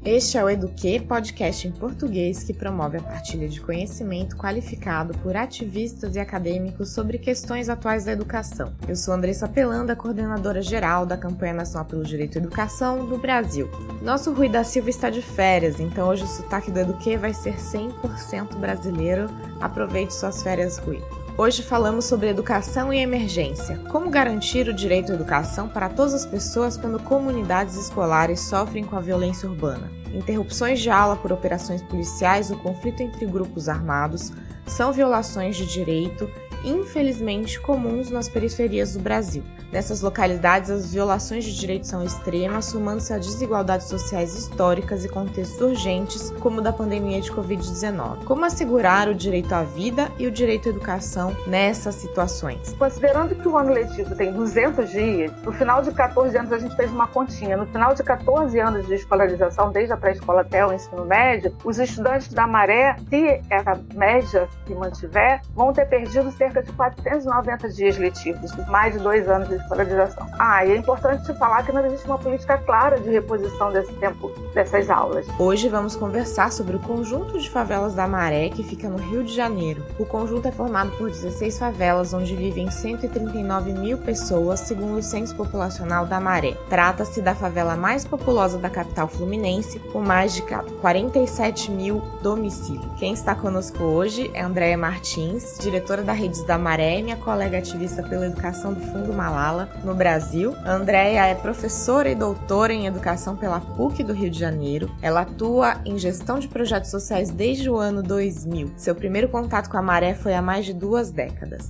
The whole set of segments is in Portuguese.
Este é o Eduquê, podcast em português que promove a partilha de conhecimento qualificado por ativistas e acadêmicos sobre questões atuais da educação. Eu sou Andressa Pelanda, coordenadora geral da Campanha Nacional pelo Direito à Educação do Brasil. Nosso Rui da Silva está de férias, então hoje o sotaque do Eduquê vai ser 100% brasileiro. Aproveite suas férias, Rui. Hoje falamos sobre educação e emergência. Como garantir o direito à educação para todas as pessoas quando comunidades escolares sofrem com a violência urbana? Interrupções de aula por operações policiais ou conflito entre grupos armados são violações de direito, infelizmente comuns nas periferias do Brasil. Nessas localidades, as violações de direitos são extremas, somando-se a desigualdades sociais históricas e contextos urgentes, como o da pandemia de Covid-19. Como assegurar o direito à vida e o direito à educação nessas situações? Considerando que o ano letivo tem 200 dias, no final de 14 anos a gente fez uma continha. No final de 14 anos de escolarização, desde a pré-escola até o ensino médio, os estudantes da Maré, se essa média se mantiver, vão ter perdido cerca de 490 dias letivos, mais de 2 anos de escolarização. E é importante falar que não existe uma política clara de reposição desse tempo dessas aulas. Hoje vamos conversar sobre o conjunto de favelas da Maré, que fica no Rio de Janeiro. O conjunto é formado por 16 favelas, onde vivem 139 mil pessoas, segundo o censo populacional da Maré. Trata-se da favela mais populosa da capital fluminense, com mais de 47 mil domicílios. Quem está conosco hoje é Andréia Martins, diretora da Redes da Maré e minha colega ativista pela educação do Fundo Malala no Brasil. A Andréia é professora e doutora em educação pela PUC do Rio de Janeiro. Ela atua em gestão de projetos sociais desde o ano 2000. Seu primeiro contato com a Maré foi há mais de 2 décadas.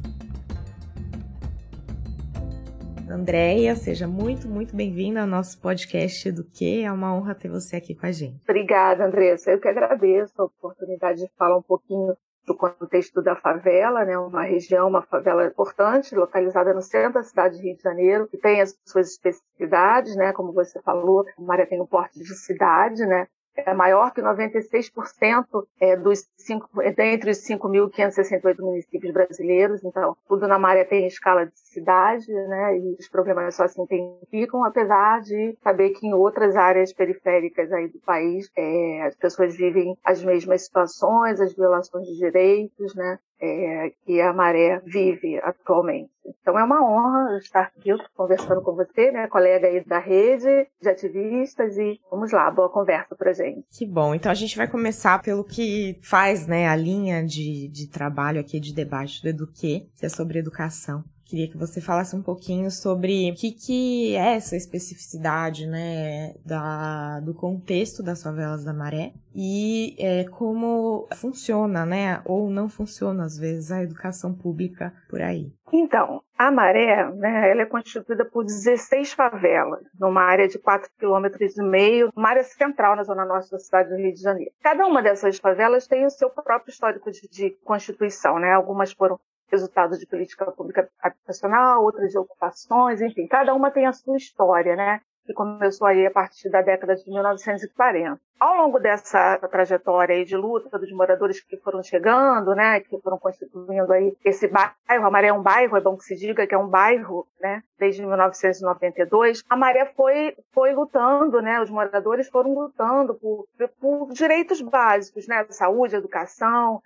Andréia, seja muito bem-vinda ao nosso podcast Eduquê. É uma honra ter você aqui com a gente. Obrigada, Andressa. Eu que agradeço a oportunidade de falar um pouquinho do contexto da favela, né? Uma região, uma favela importante, localizada no centro da cidade de Rio de Janeiro, que tem as suas especificidades, né? Como você falou, a Maré tem um porte de cidade, né? É maior que 96% dentre os 5.568 municípios brasileiros. Então, tudo na Maré tem escala de cidade, né? E os problemas só se intensificam, apesar de saber que em outras áreas periféricas aí do país as pessoas vivem as mesmas situações, as violações de direitos, né? Que a Maré vive atualmente. Então é uma honra estar aqui conversando com você, né, colega aí da rede de ativistas, e vamos lá, boa conversa pra gente. Que bom, então a gente vai começar pelo que faz, né, a linha de trabalho aqui, de debate do Eduquê, que é sobre educação. Queria que você falasse um pouquinho sobre o que é essa especificidade, né, do contexto das favelas da Maré e como funciona, né, ou não funciona às vezes a educação pública por aí. Então, a Maré, né, ela é constituída por 16 favelas, numa área de 4,5 km, uma área central na zona norte da cidade do Rio de Janeiro. Cada uma dessas favelas tem o seu próprio histórico de constituição, né? Algumas foram resultado de política pública habitacional, outras de ocupações, enfim, cada uma tem a sua história, né? Que começou aí a partir da década de 1940. Ao longo dessa trajetória aí de luta dos moradores que foram chegando, né, que foram constituindo aí esse bairro, a Maré é um bairro, é bom que se diga que é um bairro, né, desde 1992, a Maré foi lutando, né, os moradores foram lutando por direitos básicos, né, saúde, educação.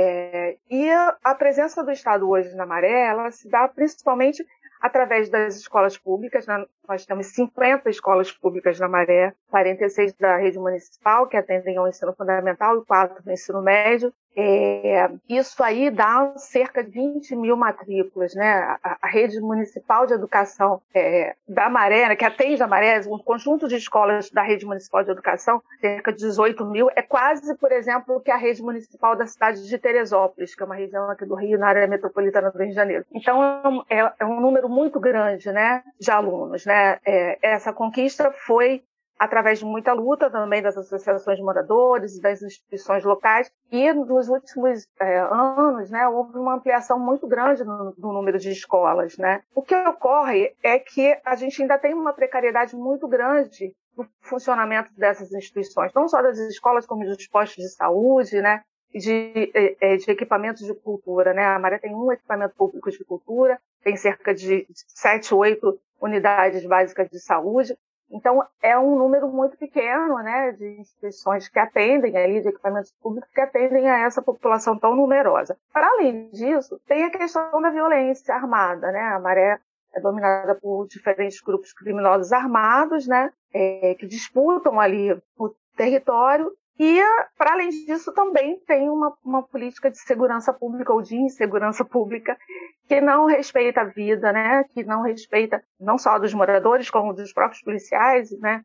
E a presença do Estado hoje na Maré, ela se dá principalmente através das escolas públicas, né? Nós temos 50 escolas públicas na Maré, 46 da rede municipal, que atendem ao ensino fundamental, e 4 no ensino médio. Isso aí dá cerca de 20 mil matrículas, né? A rede municipal de educação da Maré, né, que atende a Maré, um conjunto de escolas da rede municipal de educação, cerca de 18 mil, é quase, por exemplo, que a rede municipal da cidade de Teresópolis, que é uma região aqui do Rio, na área metropolitana do Rio de Janeiro. Então, é um número muito grande, né, de alunos, né? Essa conquista foi através de muita luta também das associações de moradores e das instituições locais, e nos últimos anos, né, houve uma ampliação muito grande no número de escolas, né? O que ocorre é que a gente ainda tem uma precariedade muito grande no funcionamento dessas instituições, não só das escolas, como dos postos de saúde, né, de equipamentos de cultura, né? A Maré tem um equipamento público de cultura, tem cerca de 7, 8 unidades básicas de saúde, Então, é um número muito pequeno, né, de instituições que atendem ali, de equipamentos públicos que atendem a essa população tão numerosa. Para além disso, tem a questão da violência armada, né? A Maré é dominada por diferentes grupos criminosos armados, né, que disputam ali o território. E, para além disso, também tem uma política de segurança pública ou de insegurança pública que não respeita a vida, né? Que não respeita não só dos moradores, como dos próprios policiais, né?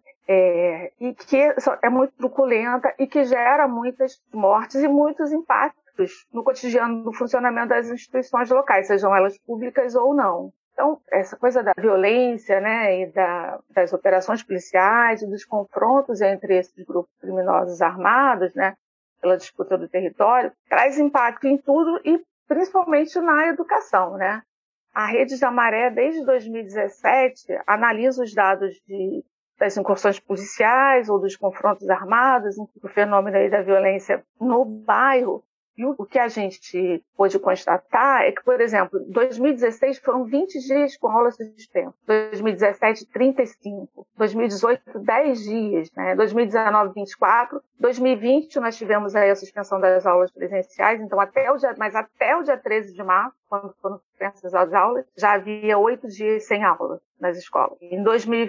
E que é muito truculenta e que gera muitas mortes e muitos impactos no cotidiano do funcionamento das instituições locais, sejam elas públicas ou não. Então, essa coisa da violência, né, e das operações policiais e dos confrontos entre esses grupos criminosos armados, né, pela disputa do território, traz impacto em tudo e principalmente na educação, né? A Rede da Maré, desde 2017, analisa os dados das incursões policiais ou dos confrontos armados, o fenômeno aí da violência no bairro. E o que a gente pôde constatar é que, por exemplo, em 2016 foram 20 dias com aulas suspensas, 2017, 35, 2018, 10 dias, né? 2019, 24, 2020 nós tivemos aí a suspensão das aulas presenciais, então até o dia 13 de março, quando foram suspensas as aulas, já havia 8 dias sem aula nas escolas. Em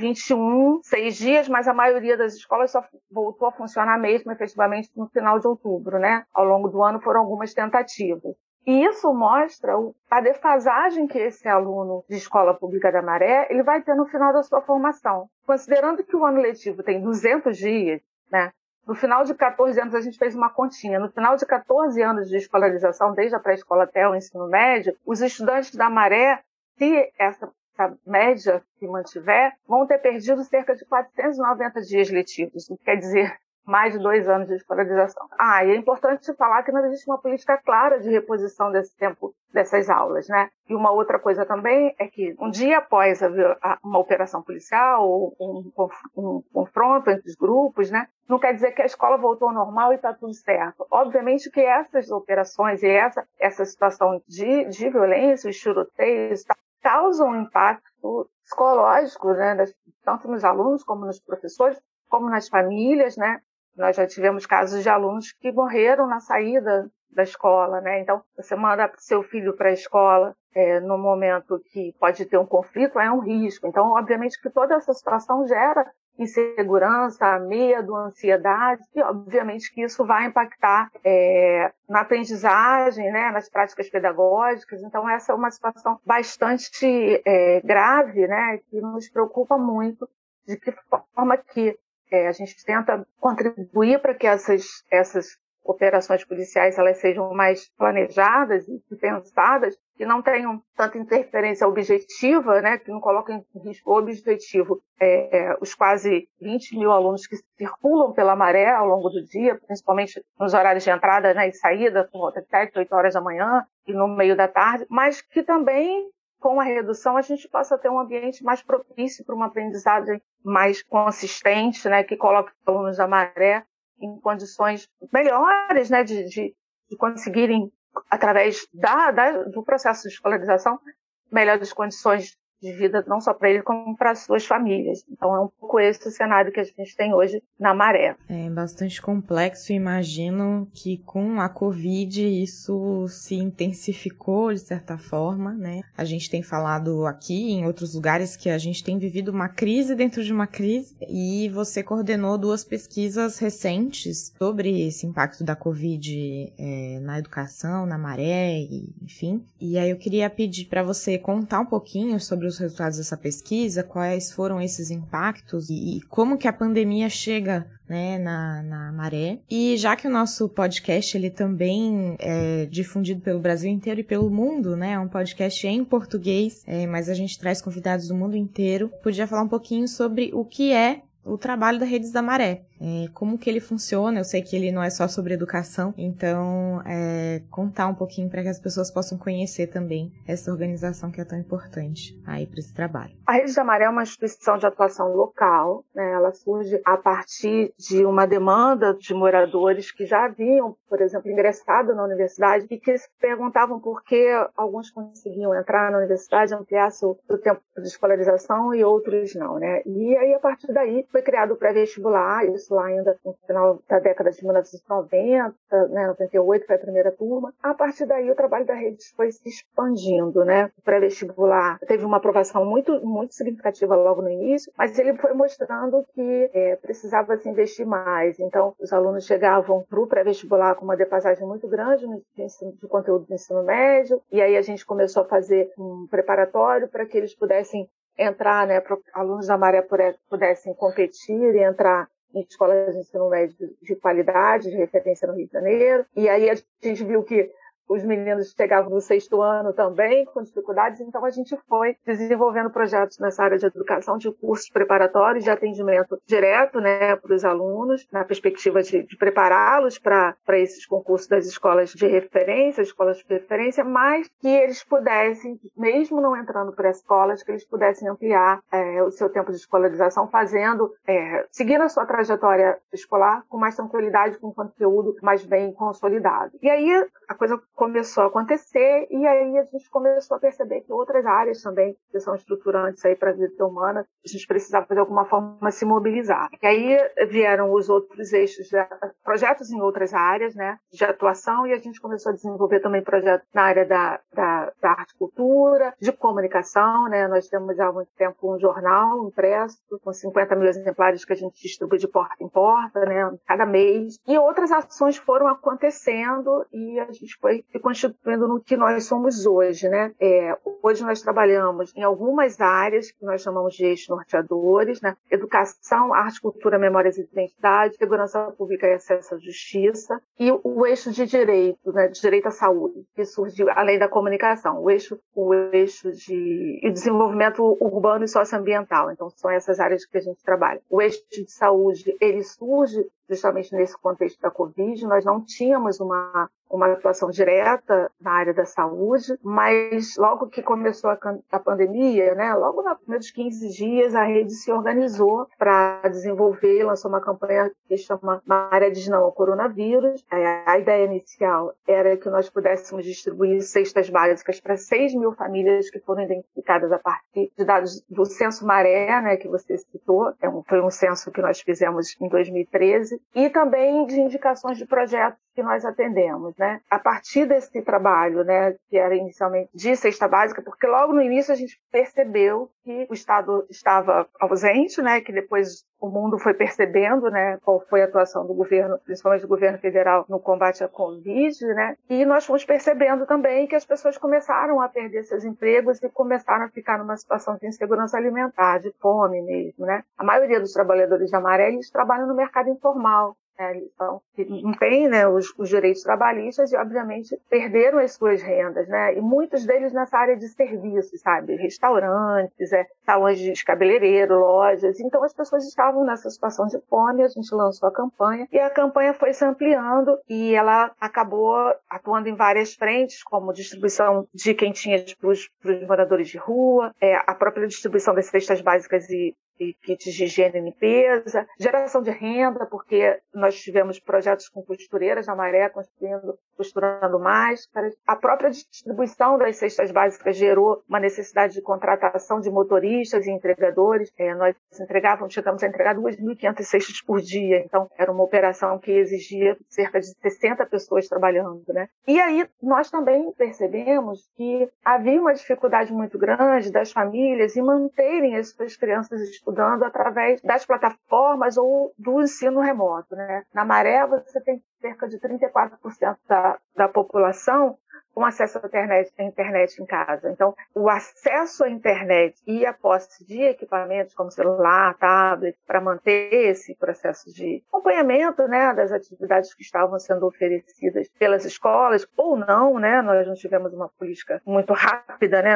2021, 6 dias, mas a maioria das escolas só voltou a funcionar mesmo efetivamente no final de outubro, né? Ao longo do ano foram algumas tentativas. E isso mostra a defasagem que esse aluno de escola pública da Maré ele vai ter no final da sua formação. Considerando que o ano letivo tem 200 dias, né? No final de 14 anos, a gente fez uma continha. No final de 14 anos de escolarização, desde a pré-escola até o ensino médio, os estudantes da Maré, se essa média se mantiver, vão ter perdido cerca de 490 dias letivos. Isso quer dizer mais de 2 anos de escolarização. E é importante falar que não existe uma política clara de reposição desse tempo dessas aulas, né? E uma outra coisa também é que um dia após uma operação policial ou um confronto entre os grupos, né? Não quer dizer que a escola voltou ao normal e está tudo certo. Obviamente que essas operações e essa situação de violência, os tiroteios, causam um impacto psicológico, né? Tanto nos alunos como nos professores, como nas famílias, né? Nós já tivemos casos de alunos que morreram na saída da escola, né? Então, você manda seu filho para a escola no momento que pode ter um conflito, é um risco. Então, obviamente que toda essa situação gera insegurança, medo, ansiedade, e obviamente que isso vai impactar na aprendizagem, né? Nas práticas pedagógicas. Então, essa é uma situação bastante grave, né? Que nos preocupa muito, de que forma que a gente tenta contribuir para que essas operações policiais elas sejam mais planejadas e pensadas, que não tenham tanta interferência objetiva, né, que não coloquem em risco objetivo os quase 20 mil alunos que circulam pela Maré ao longo do dia, principalmente nos horários de entrada, né, e saída, por volta de 7, 8 horas da manhã e no meio da tarde, mas que também com a redução, a gente possa ter um ambiente mais propício para uma aprendizagem mais consistente, né, que coloque os alunos da Maré em condições melhores, né, de conseguirem, através do processo de escolarização, melhores condições de vida, não só para ele, como para as suas famílias. Então, é um pouco esse o cenário que a gente tem hoje na Maré. É bastante complexo, imagino que com a Covid isso se intensificou de certa forma, né? A gente tem falado aqui em outros lugares que a gente tem vivido uma crise dentro de uma crise e você coordenou 2 pesquisas recentes sobre esse impacto da Covid na educação, na Maré, enfim. E aí eu queria pedir para você contar um pouquinho sobre os resultados dessa pesquisa, quais foram esses impactos e como que a pandemia chega, né, na Maré. E já que o nosso podcast ele também é difundido pelo Brasil inteiro e pelo mundo, né, é um podcast em português, mas a gente traz convidados do mundo inteiro, podia falar um pouquinho sobre o que é o trabalho da Redes da Maré. como que ele funciona. Eu sei que ele não é só sobre educação, então contar um pouquinho para que as pessoas possam conhecer também essa organização que é tão importante aí para esse trabalho. A Rede da Maré é uma instituição de atuação local, né? Ela surge a partir de uma demanda de moradores que já haviam, por exemplo, ingressado na universidade e que se perguntavam por que alguns conseguiam entrar na universidade, ampliar seu tempo de escolarização e outros não, né? E aí, a partir daí, foi criado o pré-vestibular, isso lá ainda no final da década de 1990, né, 98 foi a primeira turma. A partir daí, o trabalho da rede foi se expandindo, né? O pré-vestibular teve uma aprovação muito significativa logo no início, mas ele foi mostrando que precisava se investir mais. Então, os alunos chegavam para o pré-vestibular com uma defasagem muito grande de conteúdo do ensino médio, e aí a gente começou a fazer um preparatório para que eles pudessem entrar, né, para alunos da Maré pudessem competir e entrar em escolas de ensino médio de qualidade, de referência no Rio de Janeiro. E aí a gente viu que os meninos chegavam no 6º ano também, com dificuldades, então a gente foi desenvolvendo projetos nessa área de educação, de cursos preparatórios, de atendimento direto, né, para os alunos, na perspectiva de prepará-los para esses concursos das escolas de referência, mas que eles pudessem, mesmo não entrando para escolas, que eles pudessem ampliar o seu tempo de escolarização, seguindo a sua trajetória escolar com mais tranquilidade, com conteúdo mais bem consolidado. E aí a coisa começou a acontecer, e aí a gente começou a perceber que outras áreas também, que são estruturantes aí para a vida humana, a gente precisava de alguma forma se mobilizar. E aí vieram os outros eixos, projetos em outras áreas, né, de atuação, e a gente começou a desenvolver também projetos na área da arte e cultura, de comunicação, né. Nós temos já há muito tempo um jornal impresso, com 50 mil exemplares que a gente distribui de porta em porta, né, cada mês, e outras ações foram acontecendo, e a gente foi se constituindo no que nós somos hoje, né? Hoje nós trabalhamos em algumas áreas que nós chamamos de eixos norteadores, né? Educação, arte, cultura, memórias e identidade, segurança pública e acesso à justiça, e o eixo de direito, né? De direito à saúde, que surgiu além da comunicação, o eixo de desenvolvimento urbano e socioambiental. Então são essas áreas que a gente trabalha. O eixo de saúde, ele surge justamente nesse contexto da Covid. Nós não tínhamos uma atuação direta na área da saúde, mas logo que começou a pandemia, né, logo nos primeiros 15 dias, a rede se organizou para desenvolver, lançou uma campanha que chama Maré diz não ao coronavírus. A ideia inicial era que nós pudéssemos distribuir cestas básicas para 6 mil famílias que foram identificadas a partir de dados do Censo Maré, né, que você citou. Foi um censo que nós fizemos em 2013, e também de indicações de projetos que nós atendemos, né? A partir desse trabalho, né, que era inicialmente de cesta básica, porque logo no início a gente percebeu que o Estado estava ausente, né, que depois o mundo foi percebendo, né, qual foi a atuação do governo, principalmente do governo federal, no combate à Covid, né, e nós fomos percebendo também que as pessoas começaram a perder seus empregos e começaram a ficar numa situação de insegurança alimentar, de fome mesmo, né. A maioria dos trabalhadores da Maré, eles trabalham no mercado informal. Então, não tem, né, os direitos trabalhistas e, obviamente, perderam as suas rendas, né? E muitos deles nessa área de serviços, sabe? Restaurantes, salões de cabeleireiro, lojas. Então, as pessoas estavam nessa situação de fome, a gente lançou a campanha, e a campanha foi se ampliando, e ela acabou atuando em várias frentes, como distribuição de quentinhas para os moradores de rua, a própria distribuição das cestas básicas e kits de higiene e limpeza, geração de renda, porque nós tivemos projetos com costureiras na Maré, costurando máscaras. A própria distribuição das cestas básicas gerou uma necessidade de contratação de motoristas e entregadores. Nós chegamos a entregar 2.500 cestas por dia, então era uma operação que exigia cerca de 60 pessoas trabalhando, né? E aí nós também percebemos que havia uma dificuldade muito grande das famílias em manterem as suas crianças estudando através das plataformas ou do ensino remoto, né? Na Maré, você tem cerca de 34% da população com acesso à internet em casa. Então, o acesso à internet e a posse de equipamentos como celular, tablet, para manter esse processo de acompanhamento, né, das atividades que estavam sendo oferecidas pelas escolas, ou não, né, nós não tivemos uma política muito rápida, né,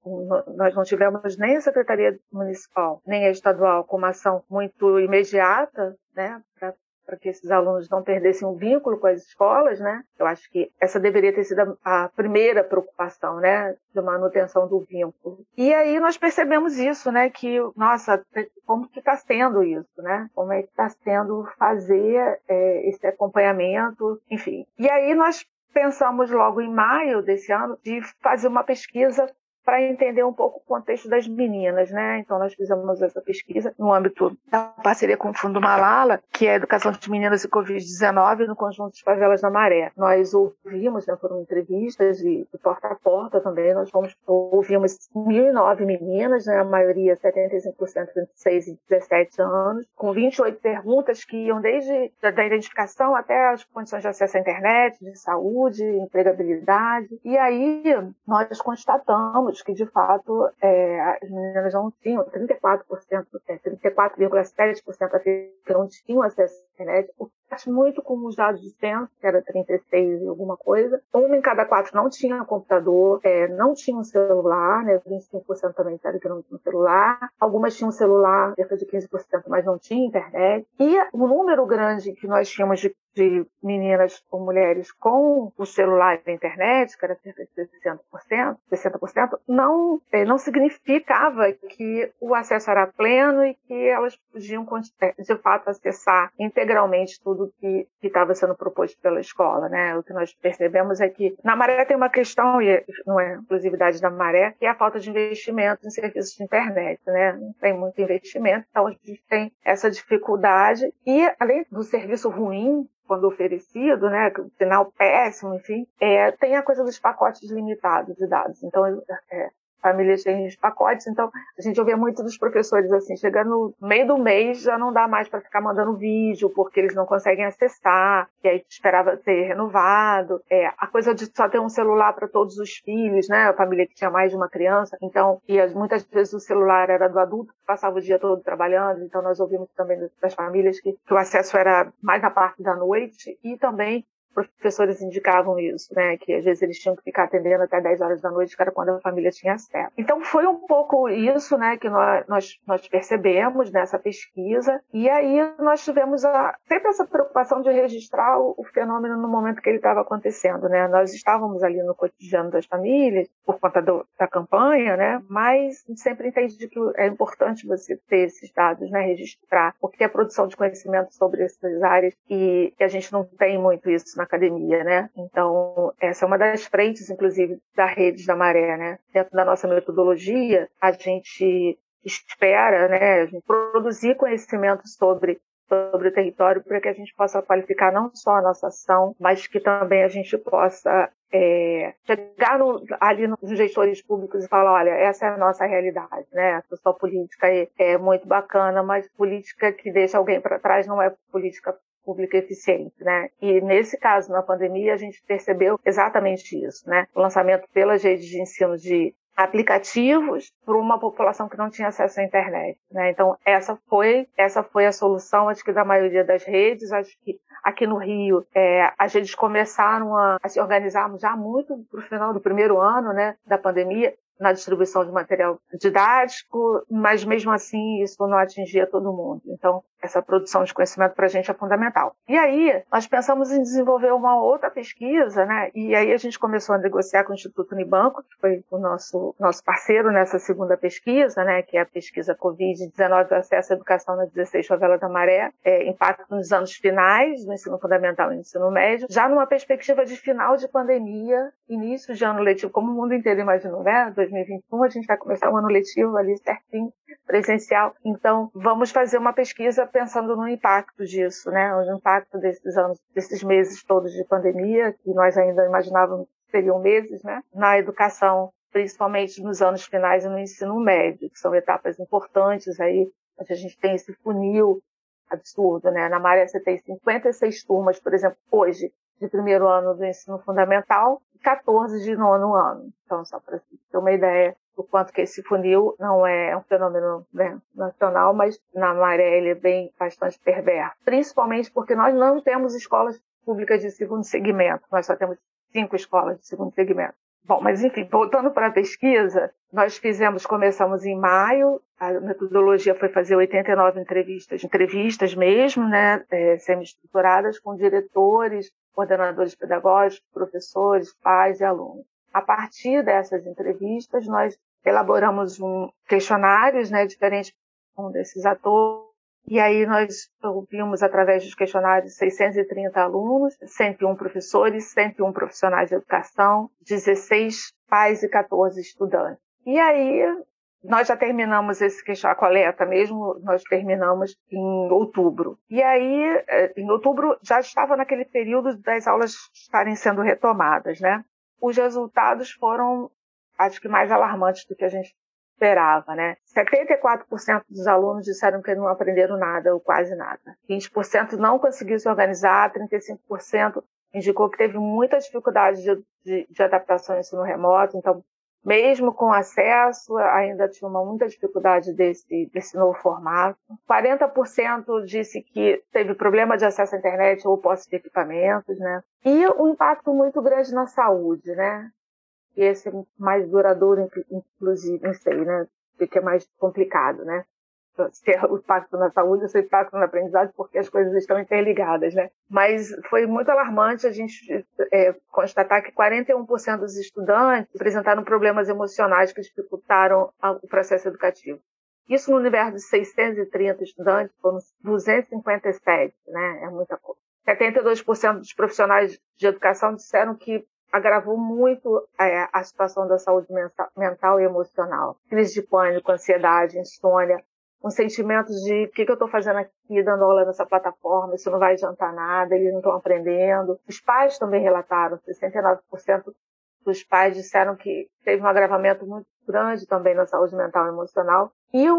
nós não tivemos nem a Secretaria Municipal, nem a Estadual com uma ação muito imediata, né, para que esses alunos não perdessem o vínculo com as escolas, né? Eu acho que essa deveria ter sido a primeira preocupação, né, de manutenção do vínculo. E aí nós percebemos isso, né, que, nossa, como que está sendo isso, né? Como é que está sendo fazer esse acompanhamento, enfim. E aí nós pensamos logo em maio desse ano de fazer uma pesquisa para entender um pouco o contexto das meninas, né? Então, nós fizemos essa pesquisa no âmbito da parceria com o Fundo Malala, que é a Educação de Meninas e Covid-19 no Conjunto de Favelas da Maré. Nós ouvimos, né, foram entrevistas de porta a porta também, ouvimos 1.009 meninas, né, a maioria, 75%, entre 6 e 17 anos, com 28 perguntas que iam desde da identificação até as condições de acesso à internet, de saúde, empregabilidade. E aí, nós constatamos que, de fato, as meninas não tinham, 34,7% que não tinham acesso à internet, o que bate muito com os dados de censo, que era 36 e alguma coisa. Uma em cada 4 não tinha computador, não tinha um celular, né? 25% também disseram que não tinha um celular. Algumas tinham celular, cerca de 15%, mas não tinha internet. E o número grande que nós tínhamos de meninas ou mulheres com o celular e a internet, que era cerca de 60%, não significava que o acesso era pleno e que elas podiam, de fato, acessar integralmente tudo que estava sendo proposto pela escola, né? O que nós percebemos é que na Maré tem uma questão, e não é exclusividade da Maré, que é a falta de investimento em serviços de internet, né? Não tem muito investimento, então a gente tem essa dificuldade e, além do serviço ruim, quando oferecido, né, sinal péssimo, enfim, tem a coisa dos pacotes limitados de dados. Então, famílias têm os pacotes, então a gente ouvia muito dos professores assim, chegando no meio do mês já não dá mais para ficar mandando vídeo, porque eles não conseguem acessar, e aí esperava ser renovado. A coisa de só ter um celular para todos os filhos, né, a família que tinha mais de uma criança, então, e muitas vezes o celular era do adulto, que passava o dia todo trabalhando, então nós ouvimos também das famílias que o acesso era mais na parte da noite, e também professores indicavam isso, né? Que às vezes eles tinham que ficar atendendo até 10 horas da noite, que era quando a família tinha acesso. Então foi um pouco isso, né, que nós percebemos nessa pesquisa, e aí nós tivemos sempre essa preocupação de registrar o fenômeno no momento que ele estava acontecendo, né? Nós estávamos ali no cotidiano das famílias, por conta da campanha, né? Mas a gente sempre entende que é importante você ter esses dados, né? Registrar, porque a produção de conhecimento sobre essas áreas, e a gente não tem muito isso na academia, né? Então, essa é uma das frentes, inclusive, da Redes da Maré, né? Dentro da nossa metodologia, a gente espera, né, a gente produzir conhecimento sobre o território para que a gente possa qualificar não só a nossa ação, mas que também a gente possa chegar ali nos gestores públicos e falar, olha, essa é a nossa realidade, né? A sua política é muito bacana, mas política que deixa alguém para trás não é política pública eficiente, né? E nesse caso, na pandemia, a gente percebeu exatamente isso, né? O lançamento pelas redes de ensino de aplicativos para uma população que não tinha acesso à internet, né? Então, essa foi a solução, acho que da maioria das redes. Acho que aqui no Rio, as redes começaram a se organizar já muito para o final do primeiro ano, né, da pandemia, na distribuição de material didático, mas mesmo assim isso não atingia todo mundo. Então, essa produção de conhecimento para a gente é fundamental. E aí, nós pensamos em desenvolver uma outra pesquisa, né? E aí a gente começou a negociar com o Instituto Unibanco, que foi o nosso parceiro nessa segunda pesquisa, né? Que é a pesquisa Covid-19, acesso à educação nas 16 favelas da Maré, impacto nos anos finais do ensino fundamental e ensino médio, já numa perspectiva de final de pandemia, início de ano letivo, como o mundo inteiro imaginou, né? 2021, a gente vai começar um ano letivo ali certinho, presencial. Então, vamos fazer uma pesquisa pensando no impacto disso, né? O impacto desses meses todos de pandemia, que nós ainda imaginávamos que seriam meses, né? Na educação, principalmente nos anos finais e no ensino médio, que são etapas importantes aí, onde a gente tem esse funil absurdo, né? Na Maré você tem 56 turmas, por exemplo, hoje, de primeiro ano do ensino fundamental e 14 de nono ano. Então, só para ter uma ideia do quanto que esse funil não é um fenômeno, né, nacional, mas na Maré ele é bastante perverso. Principalmente porque nós não temos escolas públicas de segundo segmento. Nós só temos 5 escolas de segundo segmento. Bom, mas enfim, voltando para a pesquisa, nós começamos em maio, a metodologia foi fazer 89 entrevistas mesmo, né, semi-estruturadas com diretores, coordenadores pedagógicos, professores, pais e alunos. A partir dessas entrevistas, nós elaboramos questionários, né, diferentes desses atores, e aí nós ouvimos através dos questionários 630 alunos, 101 professores, 101 profissionais de educação, 16 pais e 14 estudantes. E aí nós já terminamos a coleta mesmo, nós terminamos em outubro. E aí, em outubro, já estava naquele período das aulas estarem sendo retomadas, né? Os resultados foram, acho que mais alarmantes do que a gente esperava, né? 74% dos alunos disseram que não aprenderam nada ou quase nada. 20% não conseguiu se organizar, 35% indicou que teve muita dificuldade de adaptação ao ensino remoto, então, mesmo com acesso, ainda tinha muita dificuldade desse novo formato. 40% disse que teve problema de acesso à internet ou posse de equipamentos, né? E um impacto muito grande na saúde, né? E esse é mais duradouro, inclusive, não sei, né? Porque é mais complicado, né? Se é o impacto na saúde ou se é o impacto na aprendizagem, porque as coisas estão interligadas, né? Mas foi muito alarmante a gente constatar que 41% dos estudantes apresentaram problemas emocionais que dificultaram o processo educativo. Isso no universo de 630 estudantes, foram 257, né? É muita coisa. 72% dos profissionais de educação disseram que agravou muito a situação da saúde mental e emocional. Crise de pânico, ansiedade, insônia, um sentimento de o que eu estou fazendo aqui, dando aula nessa plataforma, isso não vai adiantar nada, eles não estão aprendendo. Os pais também relataram, 69% dos pais disseram que teve um agravamento muito grande também na saúde mental e emocional. E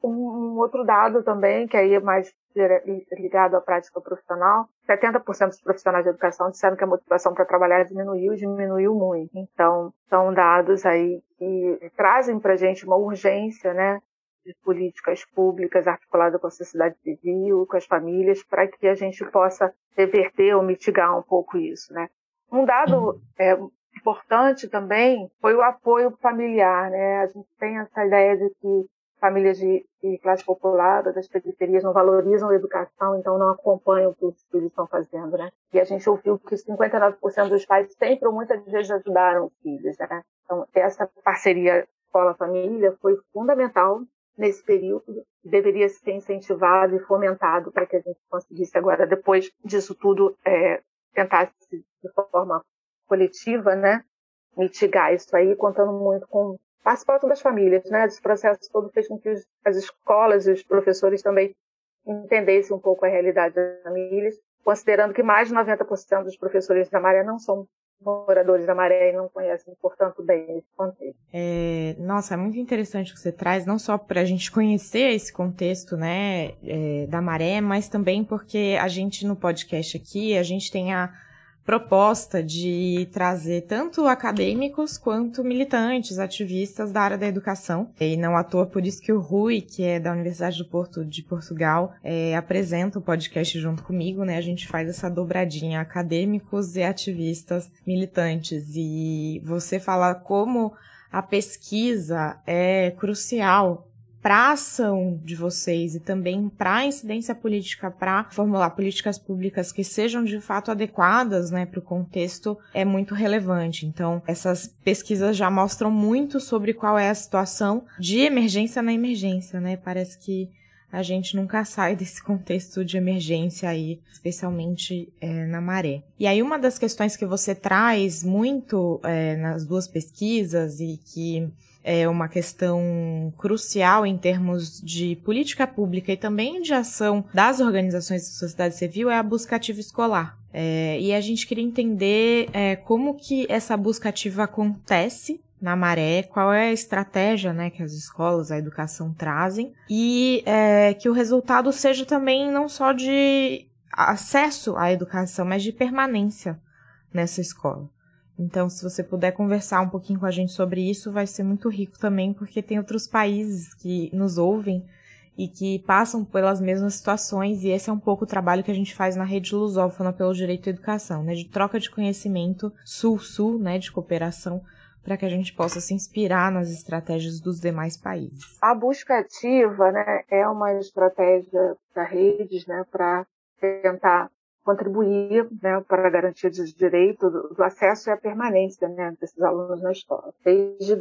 um outro dado também, que aí é mais ligado à prática profissional, 70% dos profissionais de educação disseram que a motivação para trabalhar diminuiu muito. Então, são dados aí que trazem para a gente uma urgência, né, de políticas públicas articuladas com a sociedade civil, com as famílias, para que a gente possa reverter ou mitigar um pouco isso, né? Um dado importante também foi o apoio familiar, né? A gente tem essa ideia de que famílias de classe popular ou das periferias não valorizam a educação, então não acompanham o que os filhos estão fazendo, né? E a gente ouviu que 59% dos pais sempre ou muitas vezes ajudaram os filhos, né? Então, essa parceria escola-família foi fundamental nesse período, deveria ser incentivado e fomentado para que a gente conseguisse agora, depois disso tudo, tentar de forma coletiva, né, mitigar isso aí, contando muito com a participação das famílias, né? Esse processo todo fez com que as escolas e os professores também entendessem um pouco a realidade das famílias, considerando que mais de 90% dos professores da Maré não são moradores da Maré e não conhecem, portanto, bem esse contexto. Nossa, é muito interessante o que você traz, não só para a gente conhecer esse contexto, né, da Maré, mas também porque a gente, no podcast aqui, a gente tem a proposta de trazer tanto acadêmicos quanto militantes, ativistas da área da educação. E não à toa, por isso que o Rui, que é da Universidade do Porto de Portugal, apresenta o podcast junto comigo, né? A gente faz essa dobradinha, acadêmicos e ativistas militantes. E você fala como a pesquisa é crucial para a ação de vocês e também para a incidência política, para formular políticas públicas que sejam de fato adequadas, né, para o contexto, é muito relevante. Então, essas pesquisas já mostram muito sobre qual é a situação de emergência na emergência, né? Parece que a gente nunca sai desse contexto de emergência aí, especialmente na Maré. E aí uma das questões que você traz muito nas duas pesquisas e que é uma questão crucial em termos de política pública e também de ação das organizações da sociedade civil é a busca ativa escolar. E a gente queria entender como que essa busca ativa acontece na Maré, qual é a estratégia, né, que as escolas, a educação trazem e que o resultado seja também não só de acesso à educação, mas de permanência nessa escola. Então, se você puder conversar um pouquinho com a gente sobre isso, vai ser muito rico também, porque tem outros países que nos ouvem e que passam pelas mesmas situações, e esse é um pouco o trabalho que a gente faz na Rede Lusófona pelo Direito à Educação, né, de troca de conhecimento sul-sul, né, de cooperação, para que a gente possa se inspirar nas estratégias dos demais países? A busca ativa, né, é uma estratégia da Redes, né, para tentar contribuir, né, para a garantia dos direitos, do acesso e a permanência, né, desses alunos na escola. Desde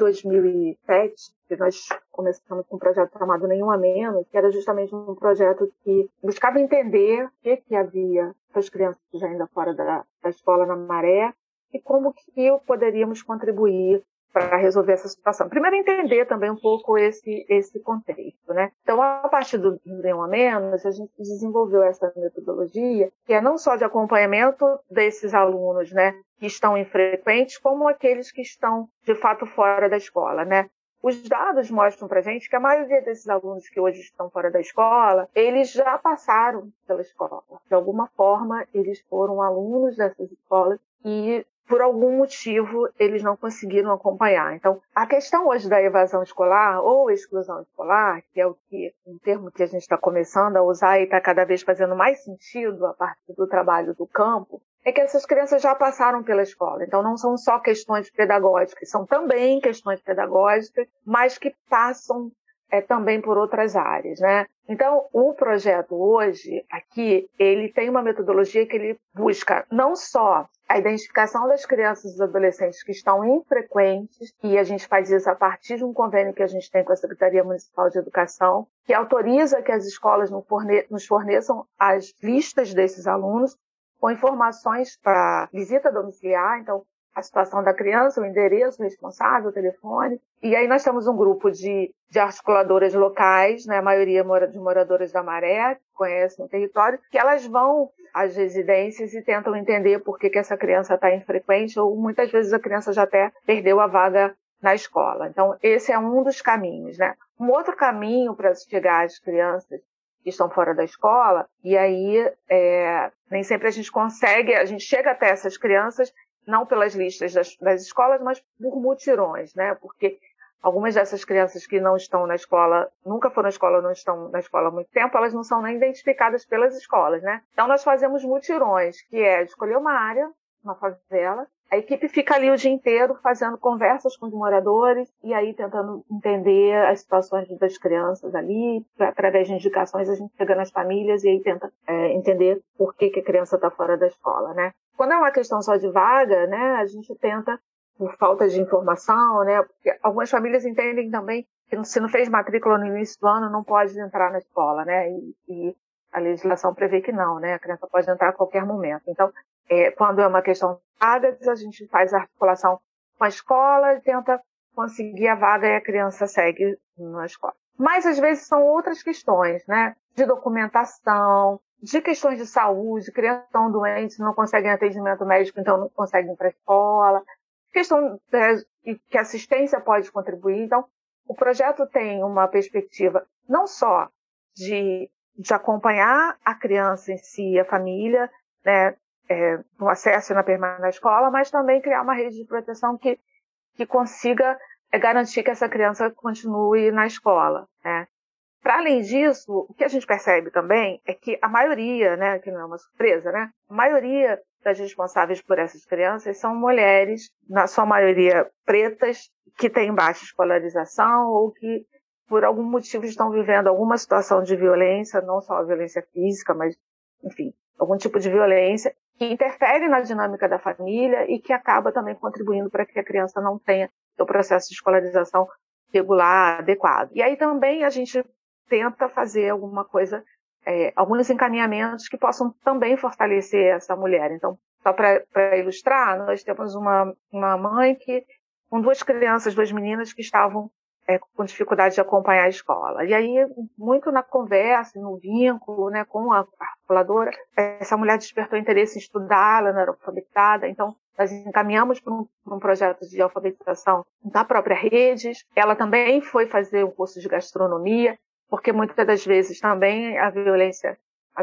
2007, que nós começamos com um projeto chamado Nenhum a Menos, que era justamente um projeto que buscava entender o que havia das crianças ainda fora da escola na Maré e como que poderíamos contribuir para resolver essa situação. Primeiro, entender também um pouco esse contexto, né? Então, a partir do Nenhum a Menos, a gente desenvolveu essa metodologia, que é não só de acompanhamento desses alunos, né, que estão infrequentes, como aqueles que estão, de fato, fora da escola, né? Os dados mostram para a gente que a maioria desses alunos que hoje estão fora da escola, eles já passaram pela escola. De alguma forma, eles foram alunos dessas escolas e, por algum motivo, eles não conseguiram acompanhar. Então, a questão hoje da evasão escolar ou exclusão escolar, que é um termo que a gente está começando a usar e está cada vez fazendo mais sentido a partir do trabalho do campo, é que essas crianças já passaram pela escola. Então, não são só questões pedagógicas, são também questões pedagógicas, mas que passam também por outras áreas, né? Então, o projeto hoje, aqui, ele tem uma metodologia que ele busca não só a identificação das crianças e dos adolescentes que estão infrequentes, e a gente faz isso a partir de um convênio que a gente tem com a Secretaria Municipal de Educação, que autoriza que as escolas nos forneçam as listas desses alunos, com informações para visita domiciliar, então a situação da criança, o endereço, o responsável, o telefone. E aí nós temos um grupo de articuladoras locais, né, a maioria de moradoras da Maré, que conhecem o território, que elas vão às residências e tentam entender por que essa criança está infrequente, ou muitas vezes a criança já até perdeu a vaga na escola. Então, esse é um dos caminhos, né? Um outro caminho para chegar às crianças que estão fora da escola, e aí nem sempre a gente chega até essas crianças não pelas listas das escolas, mas por mutirões, né? Porque algumas dessas crianças que não estão na escola, nunca foram na escola, não estão na escola há muito tempo, elas não são nem identificadas pelas escolas, né? Então nós fazemos mutirões, que é escolher uma área, uma favela, a equipe fica ali o dia inteiro fazendo conversas com os moradores e aí tentando entender as situações das crianças ali. Através de indicações a gente chega nas famílias e aí tenta entender por que a criança está fora da escola, né? Quando é uma questão só de vaga, né, a gente tenta, por falta de informação, né, porque algumas famílias entendem também que se não fez matrícula no início do ano não pode entrar na escola, né, e a legislação prevê que não, né, a criança pode entrar a qualquer momento. Então, quando é uma questão de vagas, a gente faz a articulação com a escola e tenta conseguir a vaga e a criança segue na escola. Mas, às vezes, são outras questões, né, de documentação, de questões de saúde, crianças estão doentes, não conseguem atendimento médico, então não conseguem ir para a escola. Questão que a assistência pode contribuir. Então, o projeto tem uma perspectiva não só de acompanhar a criança em si, a família, né, no acesso e na permanência na escola, mas também criar uma rede de proteção que consiga garantir que essa criança continue na escola, né. Para além disso, o que a gente percebe também é que a maioria, né, que não é uma surpresa, né, a maioria das responsáveis por essas crianças são mulheres, na sua maioria pretas, que têm baixa escolarização ou que, por algum motivo, estão vivendo alguma situação de violência, não só a violência física, mas, enfim, algum tipo de violência que interfere na dinâmica da família e que acaba também contribuindo para que a criança não tenha o processo de escolarização regular, adequado. E aí também a gente tenta fazer alguma coisa, alguns encaminhamentos que possam também fortalecer essa mulher. Então, só para ilustrar, nós temos uma mãe com duas crianças, duas meninas que estavam com dificuldade de acompanhar a escola. E aí, muito na conversa, no vínculo, né, com a articuladora, essa mulher despertou interesse em estudar, ela não era alfabetizada, então nós encaminhamos para um projeto de alfabetização da própria Redes. Ela também foi fazer um curso de gastronomia, porque muitas das vezes também a violência,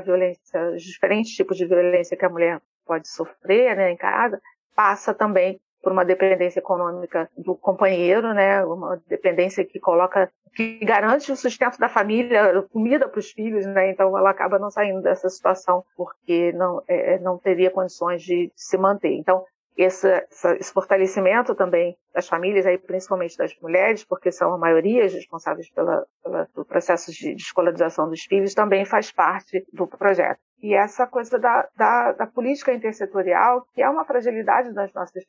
os diferentes tipos de violência que a mulher pode sofrer, né, em casa, passa também por uma dependência econômica do companheiro, né, uma dependência que garante o sustento da família, comida para os filhos, né, então ela acaba não saindo dessa situação porque não teria condições de se manter. Então, esse fortalecimento também das famílias, aí, principalmente das mulheres, porque são a maioria responsáveis pelo processo de escolarização dos filhos, também faz parte do projeto. E essa coisa da política intersetorial, que é uma fragilidade das nossas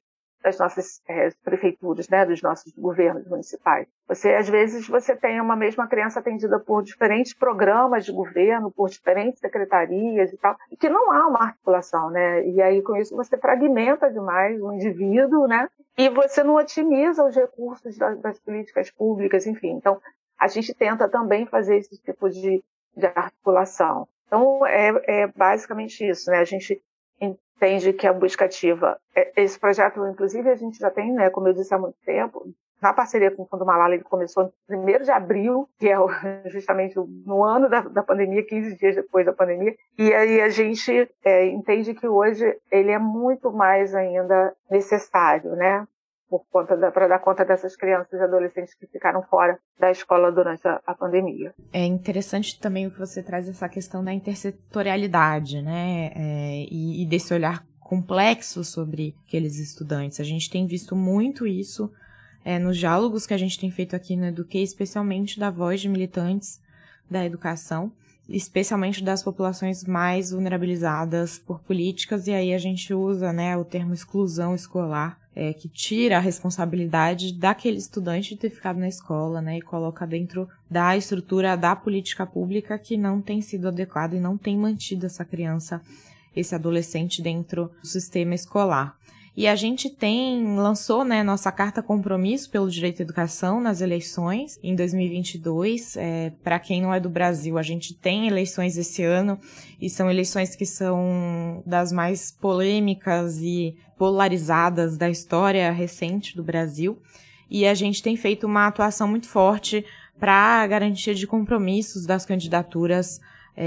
prefeituras, né, dos nossos governos municipais. Às vezes, você tem uma mesma criança atendida por diferentes programas de governo, por diferentes secretarias e tal, e que não há uma articulação, né? E aí, com isso, você fragmenta demais o indivíduo, né? E você não otimiza os recursos das políticas públicas, enfim. Então, a gente tenta também fazer esse tipo de articulação. Então, é basicamente isso, né? A gente entende que a busca ativa, esse projeto, inclusive, a gente já tem, né, como eu disse, há muito tempo, na parceria com o Fundo Malala, ele começou no 1º de abril, que é justamente no ano da pandemia, 15 dias depois da pandemia, e aí a gente entende que hoje ele é muito mais ainda necessário, né, para dar conta dessas crianças e adolescentes que ficaram fora da escola durante a pandemia. É interessante também o que você traz, essa questão da intersetorialidade, né, e desse olhar complexo sobre aqueles estudantes. A gente tem visto muito isso nos diálogos que a gente tem feito aqui no Eduquê, especialmente da voz de militantes da educação, especialmente das populações mais vulnerabilizadas por políticas, e aí a gente usa, né, o termo exclusão escolar, que tira a responsabilidade daquele estudante de ter ficado na escola, né, e coloca dentro da estrutura da política pública que não tem sido adequada e não tem mantido essa criança, esse adolescente dentro do sistema escolar. E a gente lançou, né, nossa carta compromisso pelo direito à educação nas eleições em 2022. Para quem não é do Brasil, a gente tem eleições esse ano e são eleições que são das mais polêmicas e polarizadas da história recente do Brasil. E a gente tem feito uma atuação muito forte para a garantia de compromissos das candidaturas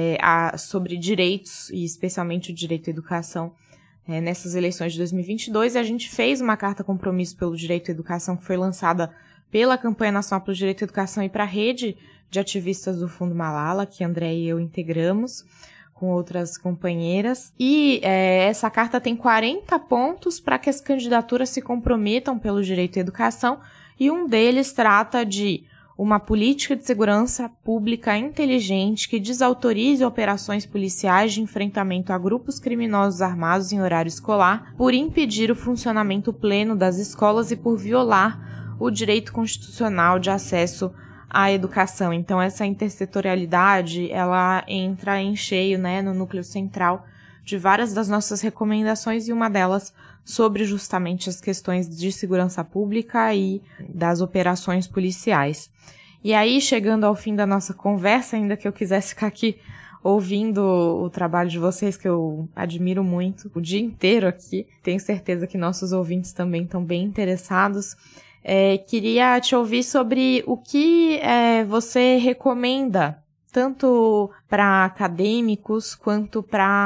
sobre direitos, e especialmente o direito à educação, nessas eleições de 2022, e a gente fez uma carta compromisso pelo direito à educação que foi lançada pela Campanha Nacional pelo Direito à Educação e para a rede de ativistas do Fundo Malala, que André e eu integramos com outras companheiras. E essa carta tem 40 pontos para que as candidaturas se comprometam pelo direito à educação, e um deles trata de uma política de segurança pública inteligente que desautorize operações policiais de enfrentamento a grupos criminosos armados em horário escolar por impedir o funcionamento pleno das escolas e por violar o direito constitucional de acesso à educação. Então, essa intersetorialidade, ela entra em cheio, né, no núcleo central de várias das nossas recomendações, e uma delas sobre justamente as questões de segurança pública e das operações policiais. E aí, chegando ao fim da nossa conversa, ainda que eu quisesse ficar aqui ouvindo o trabalho de vocês, que eu admiro muito, o dia inteiro aqui, tenho certeza que nossos ouvintes também estão bem interessados, queria te ouvir sobre o que você recomenda, tanto para acadêmicos quanto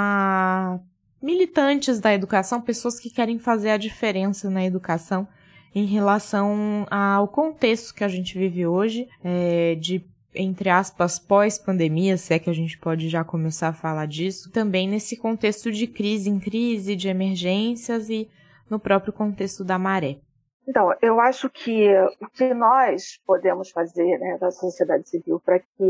para militantes da educação, pessoas que querem fazer a diferença na educação em relação ao contexto que a gente vive hoje, de, entre aspas, pós-pandemia, se é que a gente pode já começar a falar disso, também nesse contexto de crise em crise, de emergências e no próprio contexto da maré. Então, eu acho que o que nós podemos fazer, né, da sociedade civil, para que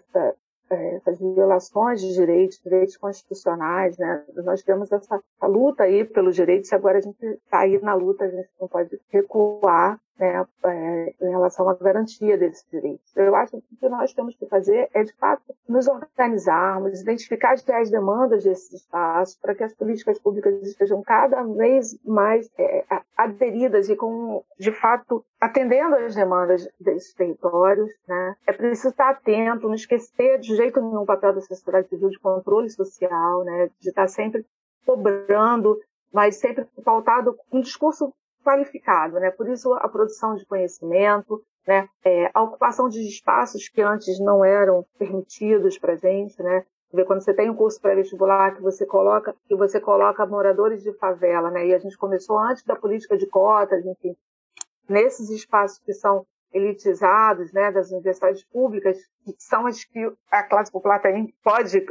essas violações de direitos constitucionais, né? Nós temos essa luta aí pelos direitos, e agora a gente está aí na luta, a gente não pode recuar, né, em relação à garantia desses direitos. Eu acho que o que nós temos que fazer é, de fato, nos organizarmos, identificar as reais demandas desses espaços, para que as políticas públicas estejam cada vez mais aderidas e, de fato, atendendo às demandas desses territórios, né? É preciso estar atento, não esquecer de jeito nenhum o papel da sociedade civil de controle social, né? De estar sempre cobrando, mas sempre pautado com um discurso qualificado, né? Por isso a produção de conhecimento, né? A ocupação de espaços que antes não eram permitidos para a gente, né? Quando você tem um curso pré-vestibular que você coloca moradores de favela, né? E a gente começou antes da política de cotas, enfim, nesses espaços que são elitizados, né, das universidades públicas, que são as que a classe popular também pode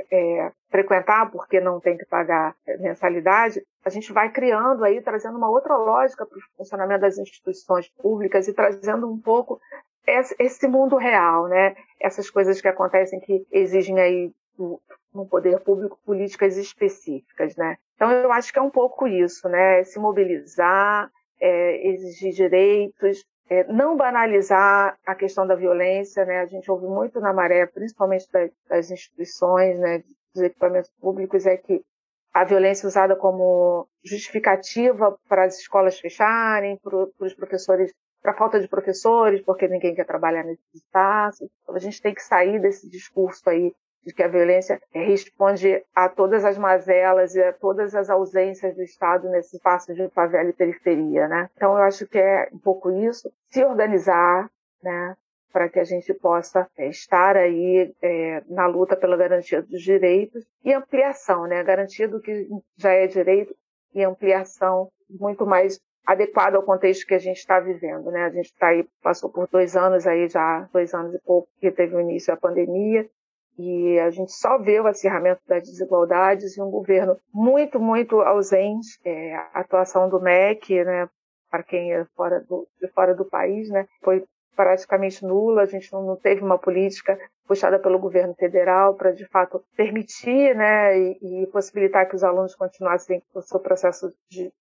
frequentar, porque não tem que pagar mensalidade, a gente vai criando aí, trazendo uma outra lógica para o funcionamento das instituições públicas e trazendo um pouco esse mundo real, né? Essas coisas que acontecem que exigem aí no poder público políticas específicas, né? Então eu acho que é um pouco isso, né? Se mobilizar, exigir direitos, não banalizar a questão da violência, né? A gente ouve muito na Maré, principalmente das instituições, né, dos equipamentos públicos, é que a violência usada como justificativa para as escolas fecharem, para os professores, para a falta de professores, porque ninguém quer trabalhar nesse espaço. Então a gente tem que sair desse discurso aí de que a violência responde a todas as mazelas e a todas as ausências do Estado nesse espaço de favela e periferia, né? Então eu acho que é um pouco isso, se organizar, né, para que a gente possa estar aí na luta pela garantia dos direitos e ampliação, né? Garantia do que já é direito e ampliação muito mais adequada ao contexto que a gente está vivendo, né? A gente está aí, passou por 2 anos aí já, 2 anos e pouco, que teve o início da pandemia, e a gente só vê o acirramento das desigualdades e um governo muito, muito ausente, a atuação do MEC, né, para quem é de fora do país, né, foi praticamente nula. A gente não teve uma política puxada pelo governo federal para, de fato, permitir, né, e possibilitar que os alunos continuassem o seu processo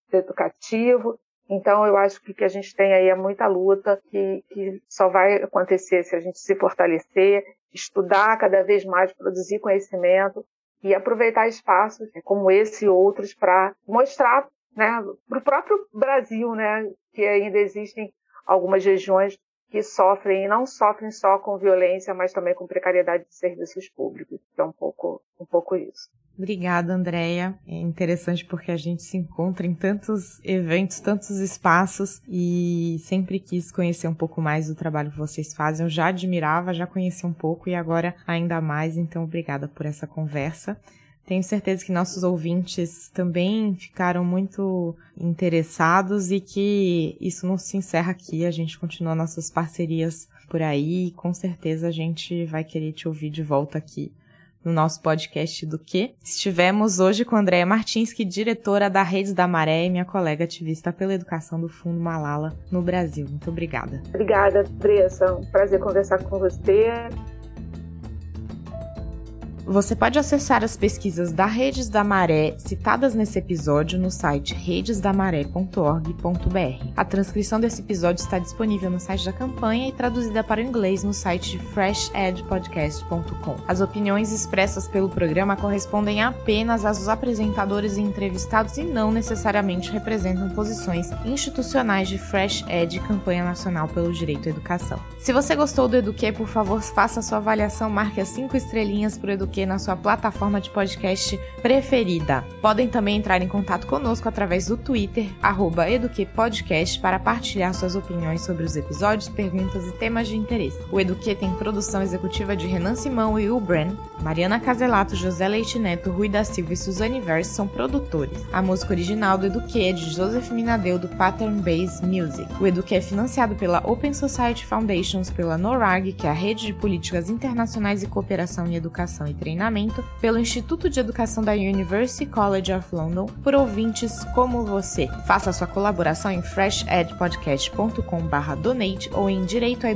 educativo. Então, eu acho que o que a gente tem aí é muita luta, que só vai acontecer se a gente se fortalecer, estudar cada vez mais, produzir conhecimento e aproveitar espaços como esse e outros para mostrar, né, para o próprio Brasil, né, que ainda existem algumas regiões que sofrem, e não sofrem só com violência, mas também com precariedade de serviços públicos. Então, um pouco isso. Obrigada, Andréia. É interessante porque a gente se encontra em tantos eventos, tantos espaços, e sempre quis conhecer um pouco mais do trabalho que vocês fazem. Eu já admirava, já conhecia um pouco e agora ainda mais, então obrigada por essa conversa. Tenho certeza que nossos ouvintes também ficaram muito interessados e que isso não se encerra aqui, a gente continua nossas parcerias por aí e com certeza a gente vai querer te ouvir de volta aqui no nosso podcast do Quê? Estivemos hoje com Andréia Martins, que é diretora da Redes da Maré e minha colega ativista pela educação do Fundo Malala no Brasil. Muito obrigada. Obrigada, Andressa. Um prazer conversar com você. Você pode acessar as pesquisas da Redes da Maré citadas nesse episódio no site redesdamaré.org.br. A transcrição desse episódio está disponível no site da campanha e traduzida para o inglês no site freshedpodcast.com. As opiniões expressas pelo programa correspondem apenas às dos apresentadores e entrevistados e não necessariamente representam posições institucionais de Fresh Ed, Campanha Nacional pelo Direito à Educação. Se você gostou do Eduquê, por favor, faça sua avaliação, marque as 5 estrelinhas para o Eduquê na sua plataforma de podcast preferida. Podem também entrar em contato conosco através do Twitter, @eduquepodcast, para partilhar suas opiniões sobre os episódios, perguntas e temas de interesse. O Eduquê tem produção executiva de Renan Simão e Will Bren. Mariana Caselato, José Leite Neto, Rui da Silva e Suzane Verse são produtores. A música original do Eduquê é de Joseph Minadeu, do Pattern Based Music. O Eduquê é financiado pela Open Society Foundations, pela NORAG, que é a Rede de Políticas Internacionais e Cooperação em Educação e Treinamento, pelo Instituto de Educação da University College of London, por ouvintes como você. Faça sua colaboração em freshedpodcast.com/donate ou em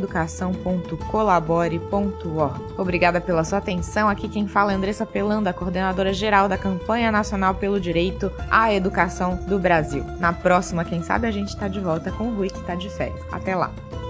direitoaeducação.colabore.org. Obrigada pela sua atenção. Aqui quem fala é Andressa Pelanda, coordenadora geral da Campanha Nacional pelo Direito à Educação do Brasil. Na próxima, quem sabe, a gente está de volta com o Rui, que está de férias. Até lá!